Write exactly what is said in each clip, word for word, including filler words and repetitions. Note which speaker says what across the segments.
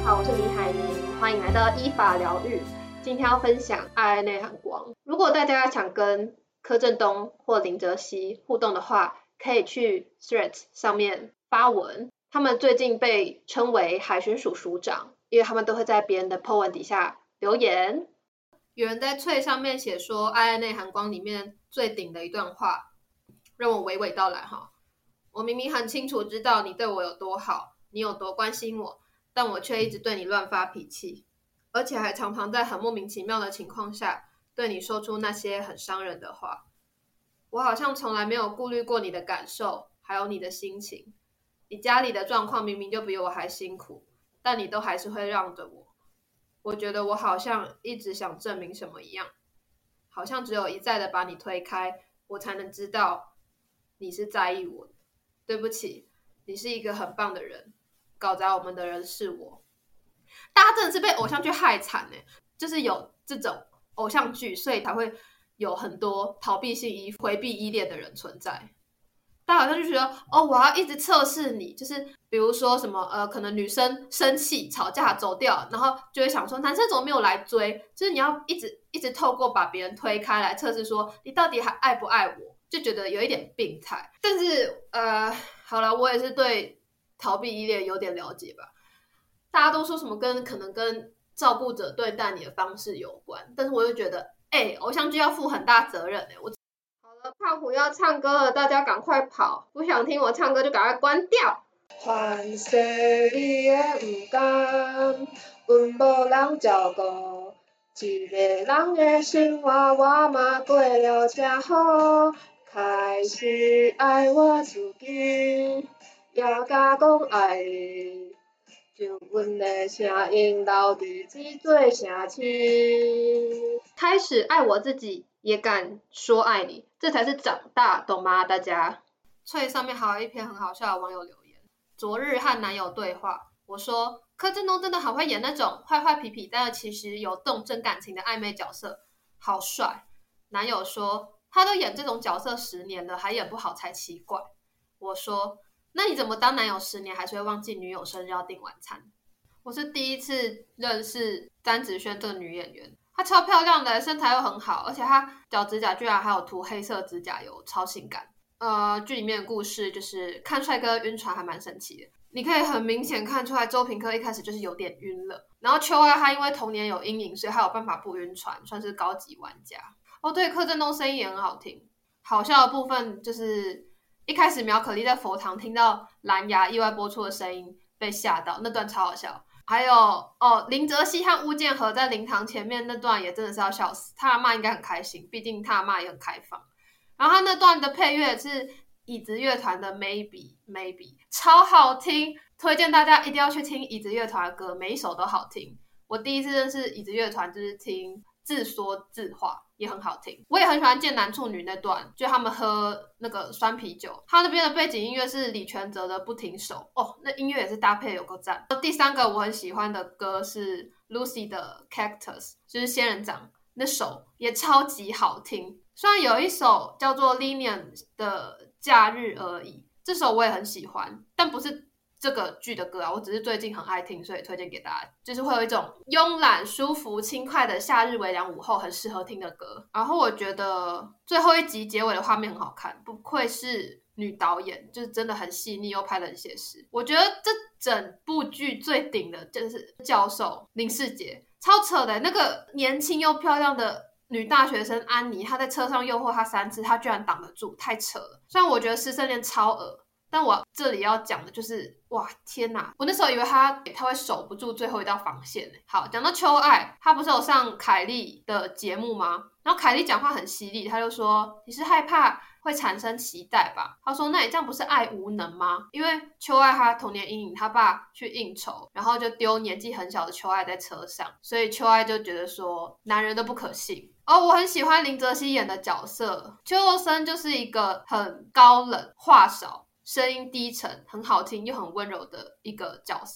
Speaker 1: 好，我是李海宁，欢迎来到依法疗愈。今天要分享爱内涵光。如果大家想跟柯震东或林哲熹互动的话，可以去 Threads 上面发文。他们最近被称为海巡署署长，因为他们都会在别人的 po 文底下留言。有人在脆上面写说，爱内涵光里面最顶的一段话，让我娓娓道来哈。我明明很清楚知道你对我有多好，你有多关心我，但我却一直对你乱发脾气，而且还常常在很莫名其妙的情况下对你说出那些很伤人的话。我好像从来没有顾虑过你的感受，还有你的心情。你家里的状况明明就比我还辛苦，但你都还是会让着我。我觉得我好像一直想证明什么一样，好像只有一再的把你推开，我才能知道你是在意我的。对不起，你是一个很棒的人，搞砸我们的人是我。大家真的是被偶像剧害惨耶，就是有这种偶像剧，所以才会有很多逃避性依回避依恋的人存在。大家好像就觉得哦，我要一直测试你，就是比如说什么呃，可能女生生气吵架走掉，然后就会想说男生怎么没有来追，就是你要一直一直透过把别人推开来测试说你到底还爱不爱我，就觉得有一点病态。但是呃，好啦，我也是对逃避依恋有点了解吧。大家都说什么跟可能跟照顾者对待你的方式有关，但是我就觉得哎、欸，偶像剧要负很大责任哎、欸，我。胖虎要唱歌了，大家赶快跑！不想听我唱歌就赶快关掉。
Speaker 2: 凡世你的不甘，阮无人照顾，一个人的生活我嘛过了真好，开始爱我自己，也甲讲爱你，就阮的声音留伫这座城市。
Speaker 1: 开始爱我自己，也敢说爱你，这才是长大，懂吗？大家。脆上面还有一篇很好笑的网友留言：昨日和男友对话，我说柯震东真的很会演那种坏坏痞痞，但其实有动真感情的暧昧角色，好帅。男友说他都演这种角色十年了，还演不好才奇怪。我说那你怎么当男友十年还是会忘记女友生日要订晚餐？我是第一次认识詹子萱这个女演员。她超漂亮的，身材又很好，而且她脚指甲居然还有涂黑色指甲油，超性感。呃，剧里面的故事就是看帅哥晕船还蛮神奇的，你可以很明显看出来周平科一开始就是有点晕了，然后秋爱他因为童年有阴影，所以他有办法不晕船，算是高级玩家。哦，对，柯震东声音也很好听。好笑的部分就是一开始苗可丽在佛堂听到蓝牙意外播出的声音被吓到，那段超好笑。还有哦，林哲熹和巫建和在灵堂前面那段也真的是要笑死，他阿嬷应该很开心，毕竟他阿嬷也很开放。然后他那段的配乐是椅子乐团的 Maybe Maybe， 超好听，推荐大家一定要去听椅子乐团的歌，每一首都好听。我第一次认识椅子乐团就是听自说自话，也很好听。我也很喜欢见男处女那段，就他们喝那个酸啤酒，他那边的背景音乐是李全哲的不停手哦，那音乐也是搭配有够赞。第三个我很喜欢的歌是 Lucy 的 Cactus， 就是仙人掌，那首也超级好听。虽然有一首叫做 Linian 的假日而已，这首我也很喜欢，但不是这个剧的歌啊，我只是最近很爱听，所以推荐给大家。就是会有一种慵懒、舒服、轻快的夏日微凉午后，很适合听的歌。然后我觉得最后一集结尾的画面很好看，不愧是女导演，就是真的很细腻又拍得很写实。我觉得这整部剧最顶的就是教授林世杰，超扯的，那个年轻又漂亮的女大学生安妮，她在车上诱惑他三次，她居然挡得住，太扯了。虽然我觉得师生恋超恶，但我这里要讲的就是哇天哪，我那时候以为他他会守不住最后一道防线。好，讲到秋爱，他不是有上凯莉的节目吗？然后凯莉讲话很犀利，他就说你是害怕会产生期待吧？他说那你这样不是爱无能吗？因为秋爱他童年阴影，他爸去应酬，然后就丢年纪很小的秋爱在车上，所以秋爱就觉得说男人都不可信。哦，我很喜欢林哲熹演的角色，邱佑森就是一个很高冷、话少、声音低沉、很好听又很温柔的一个角色。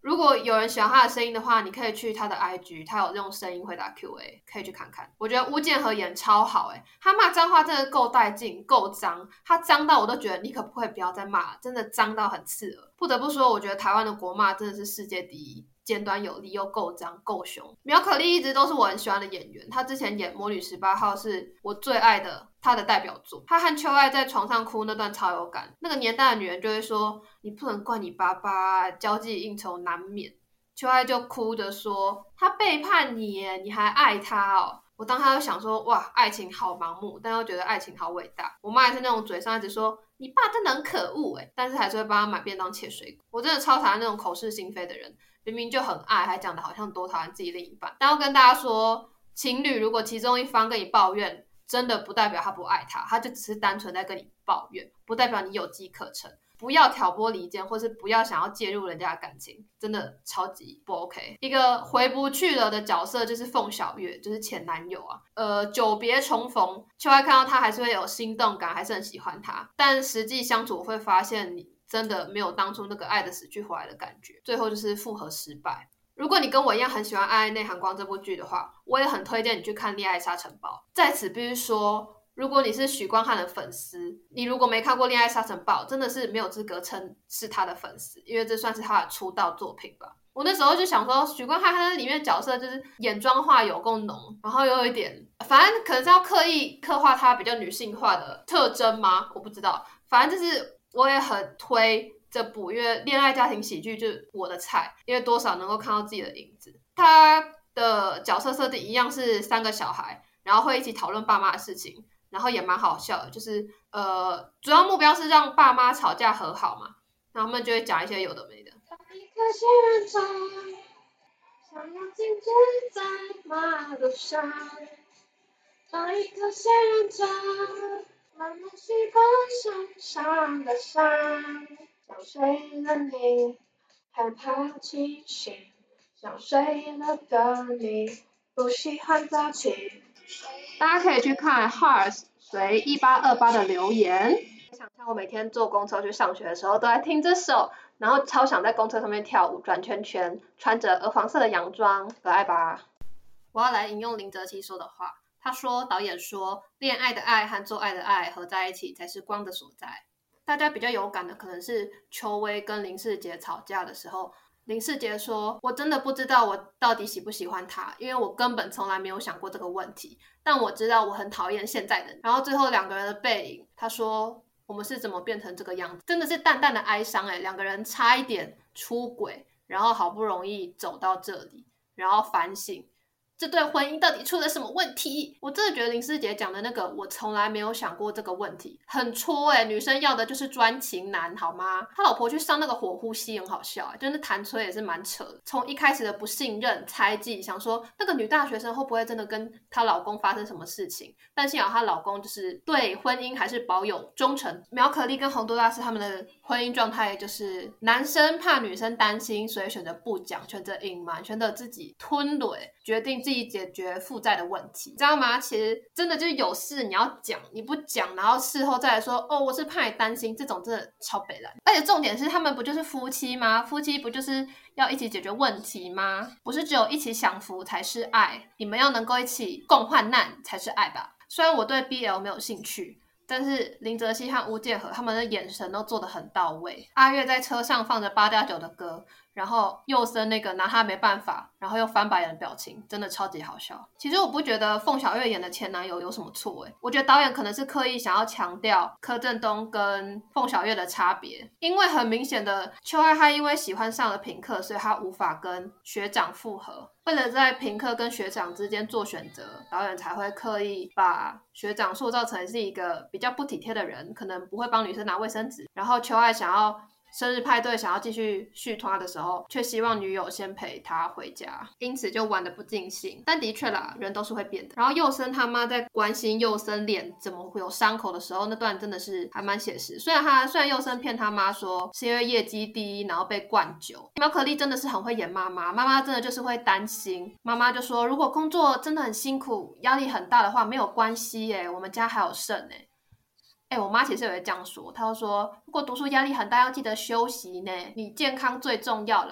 Speaker 1: 如果有人喜欢他的声音的话，你可以去他的 I G， 他有用声音回答 Q A， 可以去看看。我觉得巫建和演超好诶、欸、他骂脏话真的够带劲，够脏，他脏到我都觉得你可不可以不要再骂，真的脏到很刺耳。不得不说，我觉得台湾的国骂真的是世界第一，尖端有力又够脏够凶。苗可丽一直都是我很喜欢的演员，她之前演《魔女十八号》是我最爱的她的代表作。她和秋爱在床上哭那段超有感，那个年代的女人就会说你不能怪你爸爸，交际应酬难免。秋爱就哭着说他背叛你耶，你还爱他哦。我当他就想说哇，爱情好盲目，但又觉得爱情好伟大。我妈也是那种嘴上一直说你爸真的很可恶耶，但是还是会帮他买便当切水果。我真的超讨厌那种口是心非的人，明明就很爱，还讲的好像多讨厌自己另一半。但要跟大家说，情侣如果其中一方跟你抱怨，真的不代表他不爱他，他就只是单纯在跟你抱怨，不代表你有机可乘。不要挑拨离间，或是不要想要介入人家的感情，真的超级不 OK。一个回不去了的角色就是凤小岳，就是前男友啊。呃，久别重逢，秋爱看到他还是会有心动感，还是很喜欢他，但实际相处会发现你真的没有当初那个爱的死去活来的感觉，最后就是复合失败。如果你跟我一样很喜欢《爱爱内含光》这部剧的话，我也很推荐你去看《恋爱沙尘暴》。在此必须说，如果你是许光汉的粉丝，你如果没看过《恋爱沙尘暴》，真的是没有资格称是他的粉丝，因为这算是他的出道作品吧。我那时候就想说，许光汉他在里面的角色就是眼妆化有够浓，然后又有一点，反正可能是要刻意刻画他比较女性化的特征吗？我不知道。反正就是我也很推这部，因为恋爱家庭喜剧就是我的菜，因为多少能够看到自己的影子。他的角色设定一样是三个小孩，然后会一起讨论爸妈的事情。然后也蛮好笑的，就是呃，主要目标是让爸妈吵架和好嘛，然后他们就会讲一些有的没的。
Speaker 2: 当一颗仙人掌，想要静止在马路上，当一颗仙人掌，慢慢习惯上上的山，想睡了你，害怕清醒，想睡了的你，不喜欢早起。大家可以去看 Hearts 随一八二八的留言。想象我每天坐公车去上学的时候都在听这首，然后超想在公车上面跳舞转圈圈，穿着鹅黄色的洋装，可爱吧？
Speaker 1: 我要来引用林哲熹说的话，他说导演说恋爱的爱和做爱的爱合在一起才是光的所在。大家比较有感的可能是邱薇跟林世杰吵架的时候，林世杰说我真的不知道我到底喜不喜欢他，因为我根本从来没有想过这个问题，但我知道我很讨厌现在的人。然后最后两个人的背影，他说我们是怎么变成这个样子，真的是淡淡的哀伤耶，两个人差一点出轨，然后好不容易走到这里，然后反省这对婚姻到底出了什么问题。我真的觉得林师姐讲的那个我从来没有想过这个问题很戳耶，女生要的就是专情男好吗？他老婆去上那个火呼吸很好笑耶，就是弹吹也是蛮扯的，从一开始的不信任猜忌，想说那个女大学生会不会真的跟她老公发生什么事情，但幸好她老公就是对婚姻还是保有忠诚。苗可丽跟洪都拉斯他们的婚姻状态就是男生怕女生担心，所以选择不讲，选择隐瞒，选择自己吞蕊，决定自己解决负债的问题，你知道吗？其实真的就是有事你要讲，你不讲，然后事后再来说哦，我是怕你担心，这种真的超北蓝。而且重点是他们不就是夫妻吗？夫妻不就是要一起解决问题吗？不是只有一起享福才是爱，你们要能够一起共患难才是爱吧。虽然我对 B L 没有兴趣，但是林哲熹和巫建和他们的眼神都做得很到位。阿月在车上放着八加九的歌，然后佑森那个拿他没办法，然后又翻白眼的表情，真的超级好笑。其实我不觉得凤小岳演的前男友有什么错诶，我觉得导演可能是刻意想要强调柯震东跟凤小岳的差别，因为很明显的秋爱他因为喜欢上了品客，所以他无法跟学长复合。为了在品客跟学长之间做选择，导演才会刻意把学长塑造成是一个比较不体贴的人，可能不会帮女生拿卫生纸，然后秋爱想要生日派对想要继续续拖的时候，却希望女友先陪他回家，因此就玩得不尽兴。但的确啦，人都是会变的。然后佑森他妈在关心佑森脸怎么会有伤口的时候，那段真的是还蛮写实。虽然他虽然佑森骗他妈说是因为业绩低，然后被灌酒。苗可丽真的是很会演妈妈，妈妈真的就是会担心。妈妈就说，如果工作真的很辛苦，压力很大的话，没有关系耶，我们家还有肾耶。欸，我妈其实有这样说，她就说如果读书压力很大要记得休息呢，你健康最重要啦。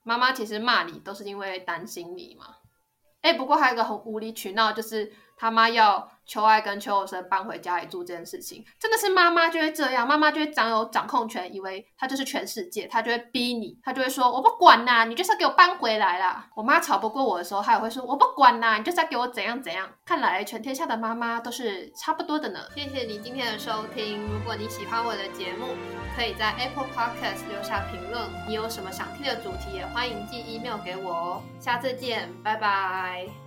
Speaker 1: 妈妈其实骂你都是因为担心你嘛。哎，不过还有一个很无理取闹，就是他妈要邱爱跟邱有生搬回家里住这件事情，真的是妈妈就会这样，妈妈就会掌有掌控权，以为她就是全世界，她就会逼你，她就会说我不管啦，你就是要给我搬回来啦。我妈吵不过我的时候，她也会说我不管啦，你就是要给我怎样怎样。看来全天下的妈妈都是差不多的呢。谢谢你今天的收听，如果你喜欢我的节目，可以在 Apple Podcast 留下评论，你有什么想听的主题也欢迎寄 email 给我哦。下次见，拜拜。